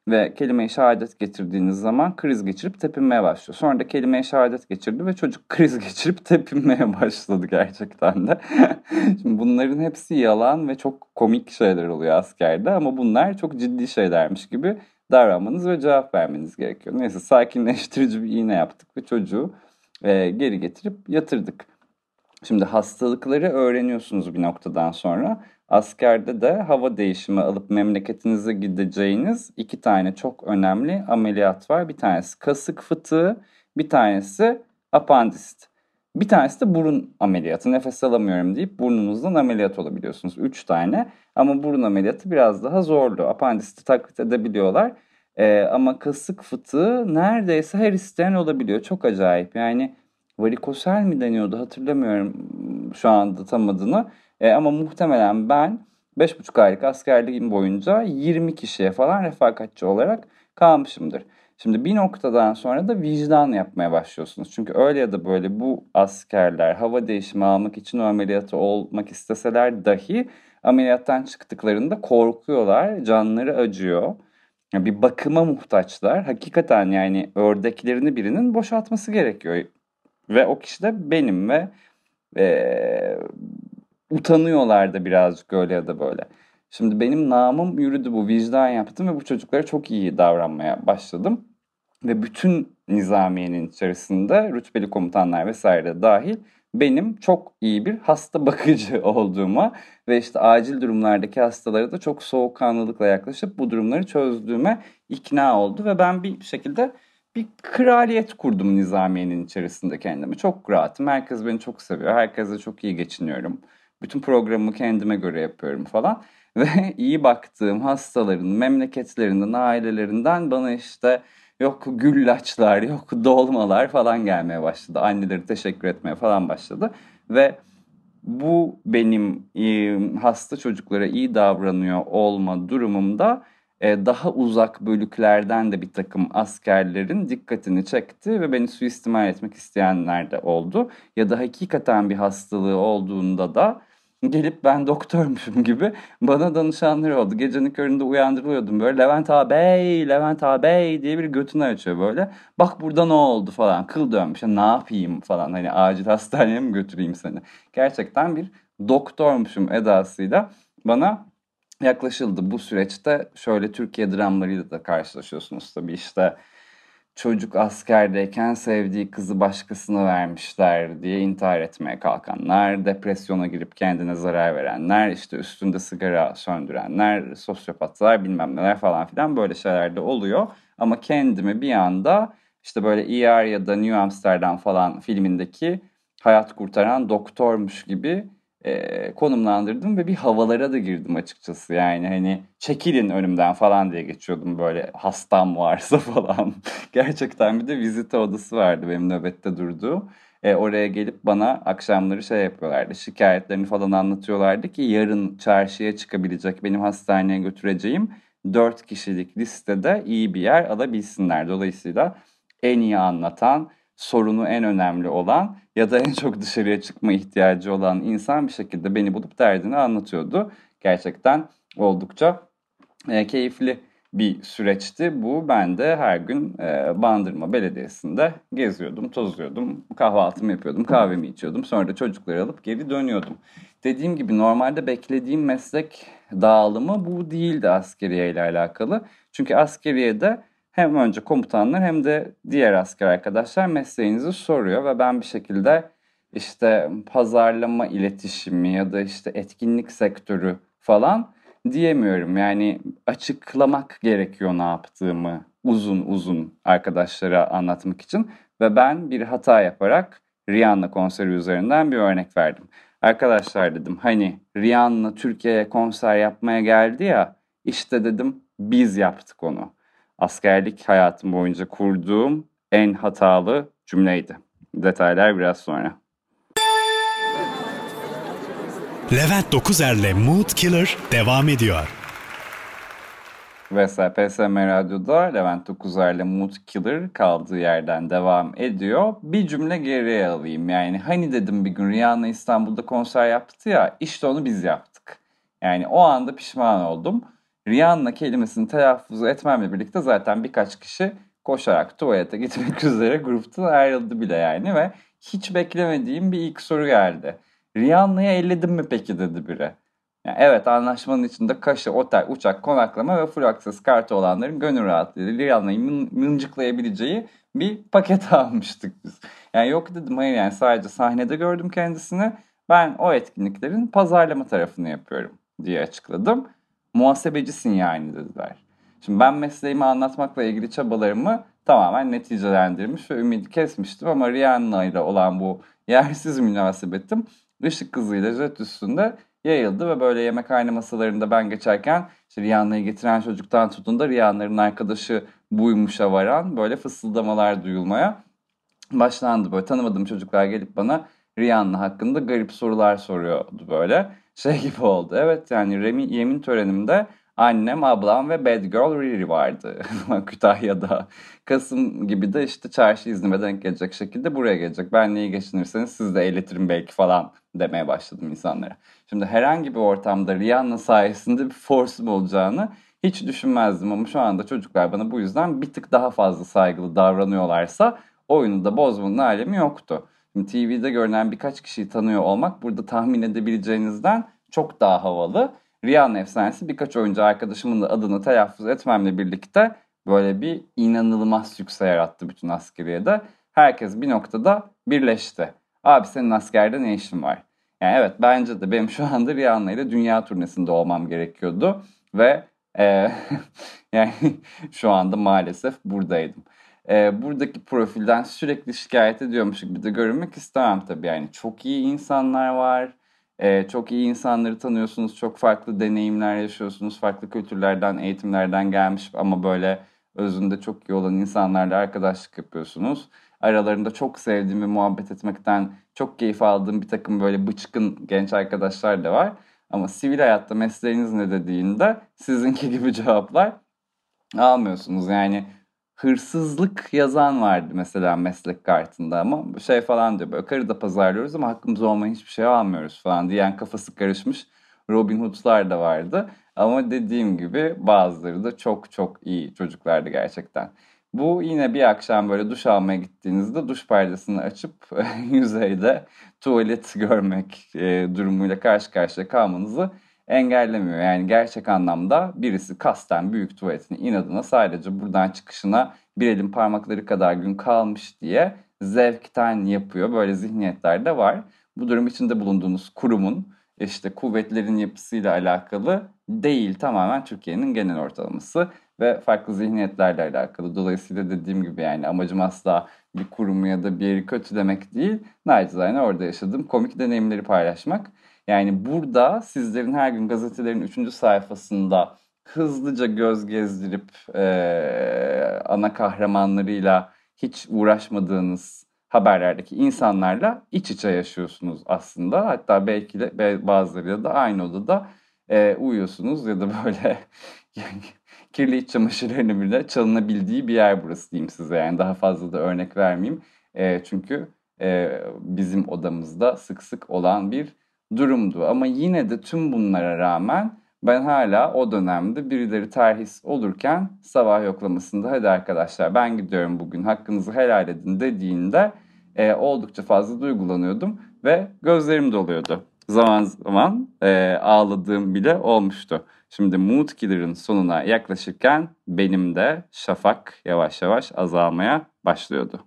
S2: Ve kelime-i şehadet getirdiğiniz zaman kriz geçirip tepinmeye başlıyor. Sonra da kelime-i şehadet geçirdi ve çocuk kriz geçirip tepinmeye başladı gerçekten de. Şimdi bunların hepsi yalan ve çok komik şeyler oluyor askerde ama bunlar çok ciddi şeylermiş gibi davranmanız ve cevap vermeniz gerekiyor. Neyse sakinleştirici bir iğne yaptık ve çocuğu geri getirip yatırdık. Şimdi hastalıkları öğreniyorsunuz bir noktadan sonra. Askerde de hava değişimi alıp memleketinize gideceğiniz 2 tane çok önemli ameliyat var. Bir tanesi kasık fıtığı, bir tanesi apandisit. Bir tanesi de burun ameliyatı. Nefes alamıyorum deyip burnunuzdan ameliyat olabiliyorsunuz. 3 tane ama burun ameliyatı biraz daha zorlu. Apandisiti taklit edebiliyorlar. Ama kasık fıtığı neredeyse her isteyen olabiliyor. Çok acayip yani. Varikosel mi deniyordu hatırlamıyorum şu anda tam adını. Ama muhtemelen ben 5,5 aylık askerliğim boyunca 20 kişiye falan refakatçi olarak kalmışımdır. Şimdi bir noktadan sonra da vicdan yapmaya başlıyorsunuz. Çünkü öyle ya da böyle bu askerler hava değişimi almak için o ameliyatı olmak isteseler dahi ameliyattan çıktıklarında korkuyorlar, canları acıyor. Yani bir bakıma muhtaçlar. Hakikaten yani ördeklerini birinin boşaltması gerekiyor. Ve o kişi de benim ve eee, utanıyorlar da birazcık öyle ya da böyle. Şimdi benim namım yürüdü, bu vicdan yaptım ve bu çocuklara çok iyi davranmaya başladım. Ve bütün nizamiyenin içerisinde rütbeli komutanlar vesaire dahil benim çok iyi bir hasta bakıcı olduğuma ve işte acil durumlardaki hastalara da çok soğukkanlılıkla yaklaşıp bu durumları çözdüğüme ikna oldu ve ben bir şekilde bir kraliyet kurdum nizamiyenin içerisinde kendime. Çok rahatım. Herkes beni çok seviyor. Herkesle çok iyi geçiniyorum. Bütün programımı kendime göre yapıyorum falan. Ve iyi baktığım hastaların memleketlerinden, ailelerinden bana işte yok güllaçlar, yok dolmalar falan gelmeye başladı. Anneleri teşekkür etmeye falan başladı. Ve bu benim hasta çocuklara iyi davranıyor olma durumumda daha uzak bölüklerden de bir takım askerlerin dikkatini çekti ve beni suistimal etmek isteyenler de oldu. Ya da hakikaten bir hastalığı olduğunda da gelip ben doktormuşum gibi bana danışanları oldu. Gecenin köründe uyandırılıyordum böyle Levent ağabey, Levent ağabey diye bir götünü açıyor böyle. Bak burada ne oldu falan, kıl dönmüş, ne yapayım falan, hani acil hastaneye mi götüreyim seni? Gerçekten bir doktormuşum edasıyla bana yaklaşıldı. Bu süreçte şöyle Türkiye dramlarıyla da karşılaşıyorsunuz tabii. İşte çocuk askerdeyken sevdiği kızı başkasına vermişler diye intihar etmeye kalkanlar, depresyona girip kendine zarar verenler, işte üstünde sigara söndürenler, sosyopatlar bilmem neler falan filan böyle şeyler de oluyor. Ama kendimi bir anda işte böyle ER ya da New Amsterdam falan filmindeki hayat kurtaran doktormuş gibi konumlandırdım ve bir havalara da girdim açıkçası. Yani hani çekilin önümden falan diye geçiyordum böyle hastam varsa falan. Gerçekten bir de vizite odası vardı benim nöbette durduğum. Oraya gelip bana akşamları şey yapıyorlardı. Şikayetlerini falan anlatıyorlardı ki yarın çarşıya çıkabilecek benim hastaneye götüreceğim 4 kişilik listede iyi bir yer alabilsinler. Dolayısıyla en iyi anlatan, sorunu en önemli olan ya da en çok dışarıya çıkma ihtiyacı olan insan bir şekilde beni bulup derdini anlatıyordu. Gerçekten oldukça keyifli bir süreçti bu. Ben de her gün Bandırma Belediyesi'nde geziyordum, tozuyordum, kahvaltımı yapıyordum, kahvemi içiyordum. Sonra da çocukları alıp geri dönüyordum. Dediğim gibi normalde beklediğim meslek dağılımı bu değildi askeriye ile alakalı. Çünkü askeriyede hem önce komutanlar hem de diğer asker arkadaşlar mesleğinizi soruyor ve ben bir şekilde işte pazarlama iletişimi ya da işte etkinlik sektörü falan diyemiyorum. Yani açıklamak gerekiyor ne yaptığımı uzun uzun arkadaşlara anlatmak için ve ben bir hata yaparak Rihanna konseri üzerinden bir örnek verdim. Arkadaşlar dedim, hani Rihanna Türkiye'ye konser yapmaya geldi ya, işte dedim biz yaptık onu. Askerlik hayatım boyunca kurduğum en hatalı cümleydi. Detaylar biraz sonra.
S1: Levent Dokuzer'le Mood Killer devam ediyor.
S2: Ve PSM Radyo'da Levent Dokuzer'le Mood Killer kaldığı yerden devam ediyor. Bir cümle geriye alayım. Yani hani dedim bir gün Rihanna İstanbul'da konser yaptı ya, işte onu biz yaptık. Yani o anda pişman oldum. Rihanna kelimesini telaffuz etmemle birlikte zaten birkaç kişi koşarak tuvalete gitmek üzere gruptan ayrıldı bile yani ve hiç beklemediğim bir ilk soru geldi. Rihanna'yı elledin mi peki dedi biri. Yani evet, anlaşmanın içinde kaşı, otel, uçak, konaklama ve full access kartı olanların gönül rahatlığıyla Rihanna'yı mıncıklayabileceği bir paket almıştık biz. Yani yok dedim, hayır, yani sadece sahnede gördüm kendisini. Ben o etkinliklerin pazarlama tarafını yapıyorum diye açıkladım. Muhasebecisin yani dediler. Şimdi ben mesleğimi anlatmakla ilgili çabalarımı tamamen neticelendirmiş ve ümidi kesmiştim ama Rihanna ile olan bu yersiz münasebetim ışık hızıyla jet üstünde yayıldı ve böyle yemekhane masalarında ben geçerken işte Rihanna'yı getiren çocuktan tutun da Rihanna'nın arkadaşı buymuşa varan böyle fısıldamalar duyulmaya başlandı. Böyle tanımadığım çocuklar gelip bana Rihanna hakkında garip sorular soruyordu böyle. Şey gibi oldu. Evet, yani yemin törenimde annem, ablam ve Bad Girl Riri vardı Kütahya'da. Kasım gibi de işte çarşı iznime denk gelecek şekilde buraya gelecek. Benle iyi geçinirseniz siz de eğletirim belki falan demeye başladım insanlara. Şimdi herhangi bir ortamda Rihanna sayesinde bir force'um olacağını hiç düşünmezdim ama şu anda çocuklar bana bu yüzden bir tık daha fazla saygılı davranıyorlarsa oyunu da bozmanın alemi yoktu. Şimdi TV'de görünen birkaç kişiyi tanıyor olmak burada tahmin edebileceğinizden çok daha havalı. Rihanna efsanesi birkaç oyuncu arkadaşımın da adını telaffuz etmemle birlikte böyle bir inanılmaz sükse yarattı bütün askeriyede. Herkes bir noktada birleşti. Abi senin askerde ne işin var? Yani evet, bence de benim şu anda Rihanna ile dünya turnesinde olmam gerekiyordu. Ve e, yani şu anda maalesef buradaydım. Buradaki profilden sürekli şikayet ediyormuş gibi de görünmek istemem tabii. Yani çok iyi insanlar var. Çok iyi insanları tanıyorsunuz. Çok farklı deneyimler yaşıyorsunuz. Farklı kültürlerden, eğitimlerden gelmiş ama böyle özünde çok iyi olan insanlarla arkadaşlık yapıyorsunuz. Aralarında çok sevdiğim ve muhabbet etmekten çok keyif aldığım bir takım böyle bıçkın genç arkadaşlar da var. Ama sivil hayatta mesleğiniz ne dediğinde sizinki gibi cevaplar almıyorsunuz. Yani hırsızlık yazan vardı mesela meslek kartında ama şey falan diyor, böyle karı da pazarlıyoruz ama hakkımız olmayan hiçbir şey almıyoruz falan diyen kafası karışmış Robin Hood'lar da vardı. Ama dediğim gibi bazıları da çok çok iyi çocuklardı gerçekten. Bu yine bir akşam böyle duş almaya gittiğinizde duş perdesini açıp yüzeyde tuvalet görmek durumuyla karşı karşıya kalmanızı engellemiyor. Yani gerçek anlamda birisi kasten büyük tuvaletini inadına sadece buradan çıkışına bir elin parmakları kadar gün kalmış diye zevkten yapıyor. Böyle zihniyetler de var. Bu durum içinde bulunduğunuz kurumun işte kuvvetlerin yapısıyla alakalı değil, tamamen Türkiye'nin genel ortalaması ve farklı zihniyetlerle alakalı. Dolayısıyla dediğim gibi yani amacım asla bir kurumu ya da bir yeri kötülemek değil. Naçizane orada yaşadığım komik deneyimleri paylaşmak. Yani burada sizlerin her gün gazetelerin 3. sayfasında hızlıca göz gezdirip ana kahramanlarıyla hiç uğraşmadığınız haberlerdeki insanlarla iç içe yaşıyorsunuz aslında. Hatta belki de bazılarıyla da aynı odada uyuyorsunuz ya da böyle kirli iç çamaşırlarını bile çalınabildiği bir yer burası diyeyim size. Yani daha fazla da örnek vermeyeyim. Çünkü bizim odamızda sık sık olan bir durumdu. Ama yine de tüm bunlara rağmen ben hala o dönemde birileri terhis olurken sabah yoklamasında hadi arkadaşlar ben gidiyorum bugün hakkınızı helal edin dediğinde oldukça fazla duygulanıyordum ve gözlerim doluyordu. Zaman zaman ağladığım bile olmuştu. Şimdi Mood Killer'ın sonuna yaklaşırken benim de şafak yavaş yavaş azalmaya başlıyordu.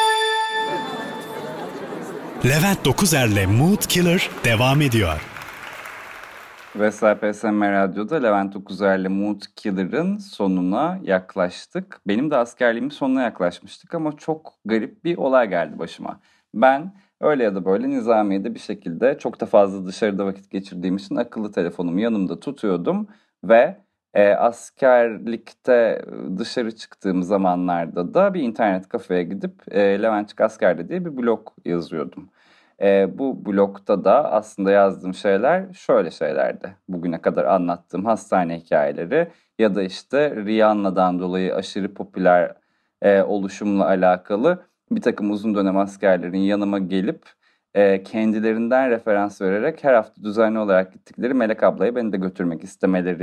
S1: Levent Dokuzer'le Mood Killer devam ediyor.
S2: Ve SPSM Radyo'da Levent Okuzer'le Mood Killer'ın sonuna yaklaştık. Benim de askerliğimin sonuna yaklaşmıştık ama çok garip bir olay geldi başıma. Ben öyle ya da böyle nizamiyede bir şekilde çok da fazla dışarıda vakit geçirdiğim için akıllı telefonumu yanımda tutuyordum. Ve askerlikte dışarı çıktığım zamanlarda da bir internet kafeye gidip Leventçik Asker'de diye bir blog yazıyordum. Bu blogda da aslında yazdığım şeyler şöyle şeylerdi. Bugüne kadar anlattığım hastane hikayeleri ya da işte Rihanna'dan dolayı aşırı popüler oluşumla alakalı bir takım uzun dönem askerlerin yanıma gelip kendilerinden referans vererek her hafta düzenli olarak gittikleri Melek ablaya beni de götürmek istemeleri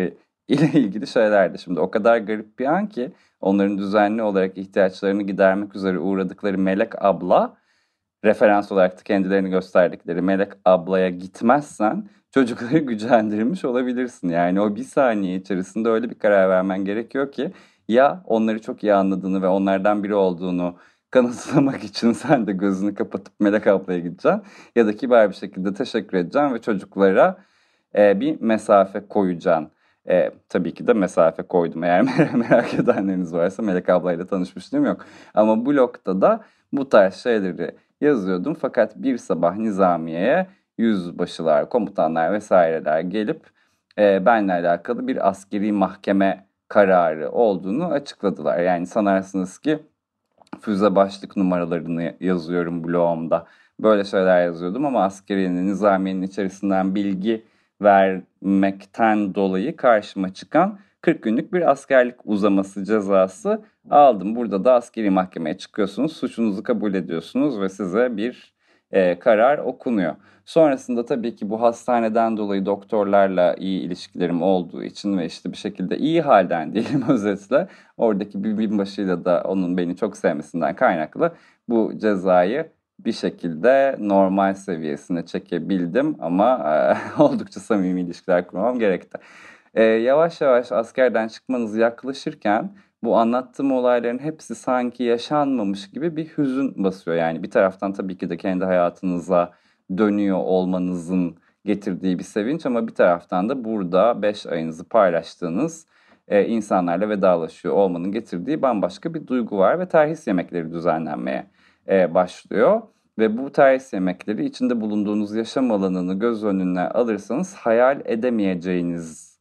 S2: ile ilgili şeylerdi. Şimdi o kadar garip bir an ki onların düzenli olarak ihtiyaçlarını gidermek üzere uğradıkları Melek abla, referans olarak da kendilerini gösterdikleri Melek ablaya gitmezsen çocukları gücendirmiş olabilirsin. Yani o bir saniye içerisinde öyle bir karar vermen gerekiyor ki ya onları çok iyi anladığını ve onlardan biri olduğunu kanıtlamak için sen de gözünü kapatıp Melek ablaya gideceksin ya da kibar bir şekilde teşekkür edeceksin ve çocuklara bir mesafe koyacaksın. Tabii ki de mesafe koydum. Eğer merak edenleriniz varsa Melek ablayla tanışmışlığım yok. Ama blogda da bu tarz şeyleri yazıyordum. Fakat bir sabah nizamiyeye yüzbaşılar, komutanlar vesaireler gelip benimle alakalı bir askeri mahkeme kararı olduğunu açıkladılar. Yani sanarsınız ki füze başlık numaralarını yazıyorum blogumda. Böyle şeyler yazıyordum ama askeriyenin, nizamiyenin içerisinden bilgi vermekten dolayı karşıma çıkan 40 günlük bir askerlik uzaması cezası aldım. Burada da askeri mahkemeye çıkıyorsunuz, suçunuzu kabul ediyorsunuz ve size bir karar okunuyor. Sonrasında tabii ki bu hastaneden dolayı doktorlarla iyi ilişkilerim olduğu için ve işte bir şekilde iyi halden diyelim özetle oradaki bir binbaşıyla da onun beni çok sevmesinden kaynaklı bu cezayı bir şekilde normal seviyesine çekebildim ama oldukça samimi ilişkiler kurmam gerekti. Yavaş yavaş askerden çıkmanız yaklaşırken bu anlattığım olayların hepsi sanki yaşanmamış gibi bir hüzün basıyor. Yani bir taraftan tabii ki de kendi hayatınıza dönüyor olmanızın getirdiği bir sevinç ama bir taraftan da burada 5 ayınızı paylaştığınız insanlarla vedalaşıyor olmanın getirdiği bambaşka bir duygu var ve terhis yemekleri düzenlenmeye başlıyor. Ve bu terhis yemekleri içinde bulunduğunuz yaşam alanını göz önüne alırsanız hayal edemeyeceğiniz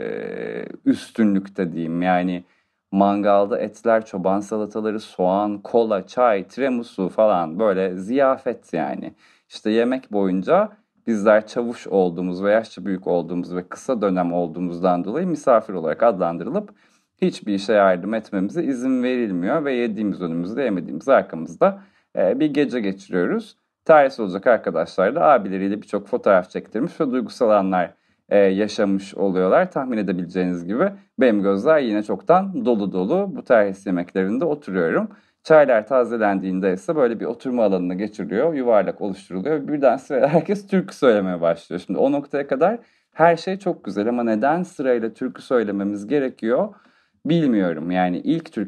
S2: üstünlükte diyeyim. Yani mangalda etler, çoban salataları, soğan, kola, çay, tiramisu falan böyle ziyafet yani. İşte yemek boyunca bizler çavuş olduğumuz ve yaşça büyük olduğumuz ve kısa dönem olduğumuzdan dolayı misafir olarak adlandırılıp hiçbir işe yardım etmemize izin verilmiyor ve yediğimiz önümüzde yemediğimiz arkamızda bir gece geçiriyoruz. Terhis olacak arkadaşlar da abileriyle birçok fotoğraf çektirmiş ve duygusal anlar yaşamış oluyorlar. Tahmin edebileceğiniz gibi benim gözler yine çoktan dolu dolu. Bu terhis yemeklerinde oturuyorum. Çaylar tazelendiğinde ise böyle bir oturma alanına geçiriliyor, yuvarlak oluşturuluyor. Birden sırayla herkes türkü söylemeye başlıyor. Şimdi o noktaya kadar her şey çok güzel ama neden sırayla türkü söylememiz gerekiyor bilmiyorum. Yani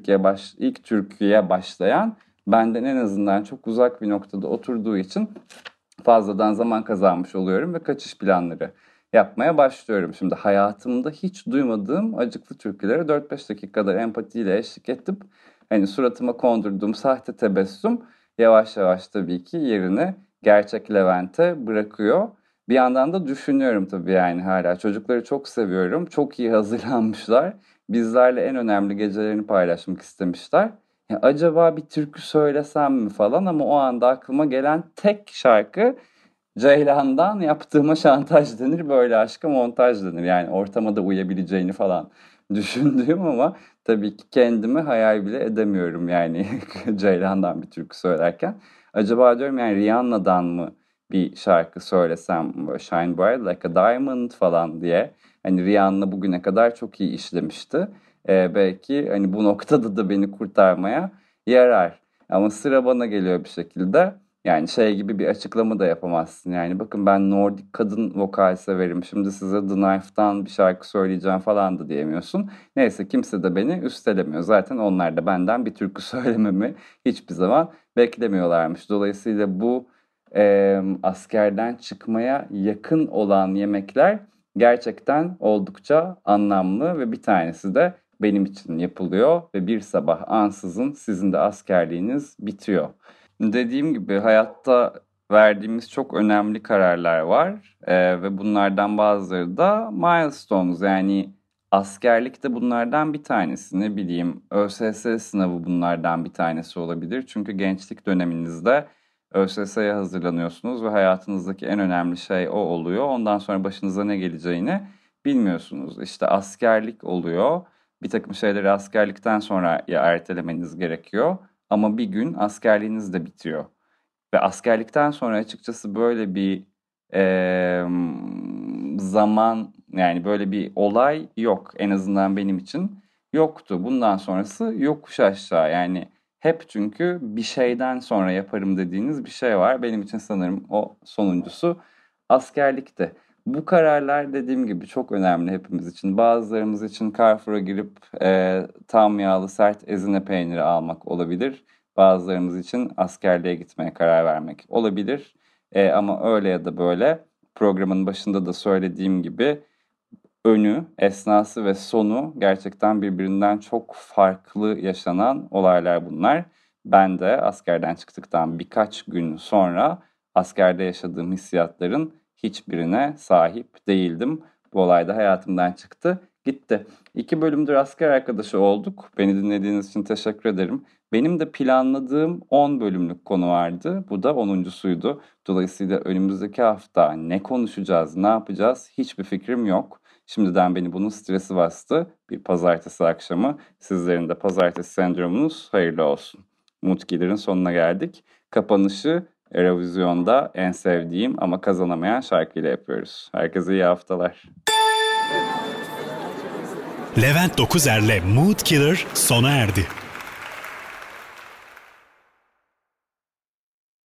S2: ilk türküye başlayan benden en azından çok uzak bir noktada oturduğu için fazladan zaman kazanmış oluyorum ve kaçış planları yapmaya başlıyorum. Şimdi hayatımda hiç duymadığım acıklı türkülere 4-5 dakika kadar empatiyle eşlik edip hani suratıma kondurduğum sahte tebessüm yavaş yavaş tabii ki yerini gerçek Levent'e bırakıyor. Bir yandan da düşünüyorum tabii yani hala çocukları çok seviyorum. Çok iyi hazırlanmışlar. Bizlerle en önemli gecelerini paylaşmak istemişler. Ya acaba bir türkü söylesem mi falan ama o anda aklıma gelen tek şarkı Ceylan'dan yaptığıma şantaj denir, böyle aşka montaj denir. Yani ortama da uyabileceğini falan düşündüğüm ama tabii ki kendimi hayal bile edemiyorum yani Ceylan'dan bir türkü söylerken. Acaba diyorum yani Rihanna'dan mı bir şarkı söylesem böyle Shine Bright Like a Diamond falan diye. Hani Rihanna bugüne kadar çok iyi işlemişti. Belki hani bu noktada da beni kurtarmaya yarar. Ama sıra bana geliyor bir şekilde. Yani şey gibi bir açıklama da yapamazsın. Yani bakın ben Nordik kadın vokal severim. Şimdi size The Knife'dan bir şarkı söyleyeceğim falan da diyemiyorsun. Neyse kimse de beni üstelemiyor. Zaten onlar da benden bir türkü söylememi hiçbir zaman beklemiyorlarmış. Dolayısıyla bu askerden çıkmaya yakın olan yemekler gerçekten oldukça anlamlı ve bir tanesi de benim için yapılıyor ve bir sabah ansızın sizin de askerliğiniz bitiyor. Dediğim gibi hayatta verdiğimiz çok önemli kararlar var ve bunlardan bazıları da milestones yani askerlik de bunlardan bir tanesi. Ne bileyim ÖSS sınavı bunlardan bir tanesi olabilir. Çünkü gençlik döneminizde ÖSS'ye hazırlanıyorsunuz ve hayatınızdaki en önemli şey o oluyor. Ondan sonra başınıza ne geleceğini bilmiyorsunuz. İşte askerlik oluyor. Bir takım şeyleri askerlikten sonra ya ertelemeniz gerekiyor. Ama bir gün askerliğiniz de bitiyor. Ve askerlikten sonra açıkçası böyle bir zaman, yani böyle bir olay yok. En azından benim için yoktu. Bundan sonrası yokuş aşağı. Yani hep çünkü bir şeyden sonra yaparım dediğiniz bir şey var. Benim için sanırım o sonuncusu askerlikti. Bu kararlar dediğim gibi çok önemli hepimiz için. Bazılarımız için Carrefour'a girip tam yağlı sert ezine peyniri almak olabilir. Bazılarımız için askerliğe gitmeye karar vermek olabilir. Ama öyle ya da böyle programın başında da söylediğim gibi önü, esnası ve sonu gerçekten birbirinden çok farklı yaşanan olaylar bunlar. Ben de askerden çıktıktan birkaç gün sonra askerde yaşadığım hissiyatların hiçbirine sahip değildim. Bu olay da hayatımdan çıktı, gitti. 2 bölümdür asker arkadaşı olduk. Beni dinlediğiniz için teşekkür ederim. Benim de planladığım 10 bölümlük konu vardı. Bu da 10.suydu. Dolayısıyla önümüzdeki hafta ne konuşacağız, ne yapacağız hiçbir fikrim yok. Şimdiden beni bunun stresi bastı. Bir pazartesi akşamı. Sizlerin de pazartesi sendromunuz hayırlı olsun. Mutkiler'in sonuna geldik. Kapanışı Eurovision'da en sevdiğim ama kazanamayan şarkıyla yapıyoruz. Herkese iyi haftalar.
S1: Levent Dokuzer'le Mood Killer sona erdi.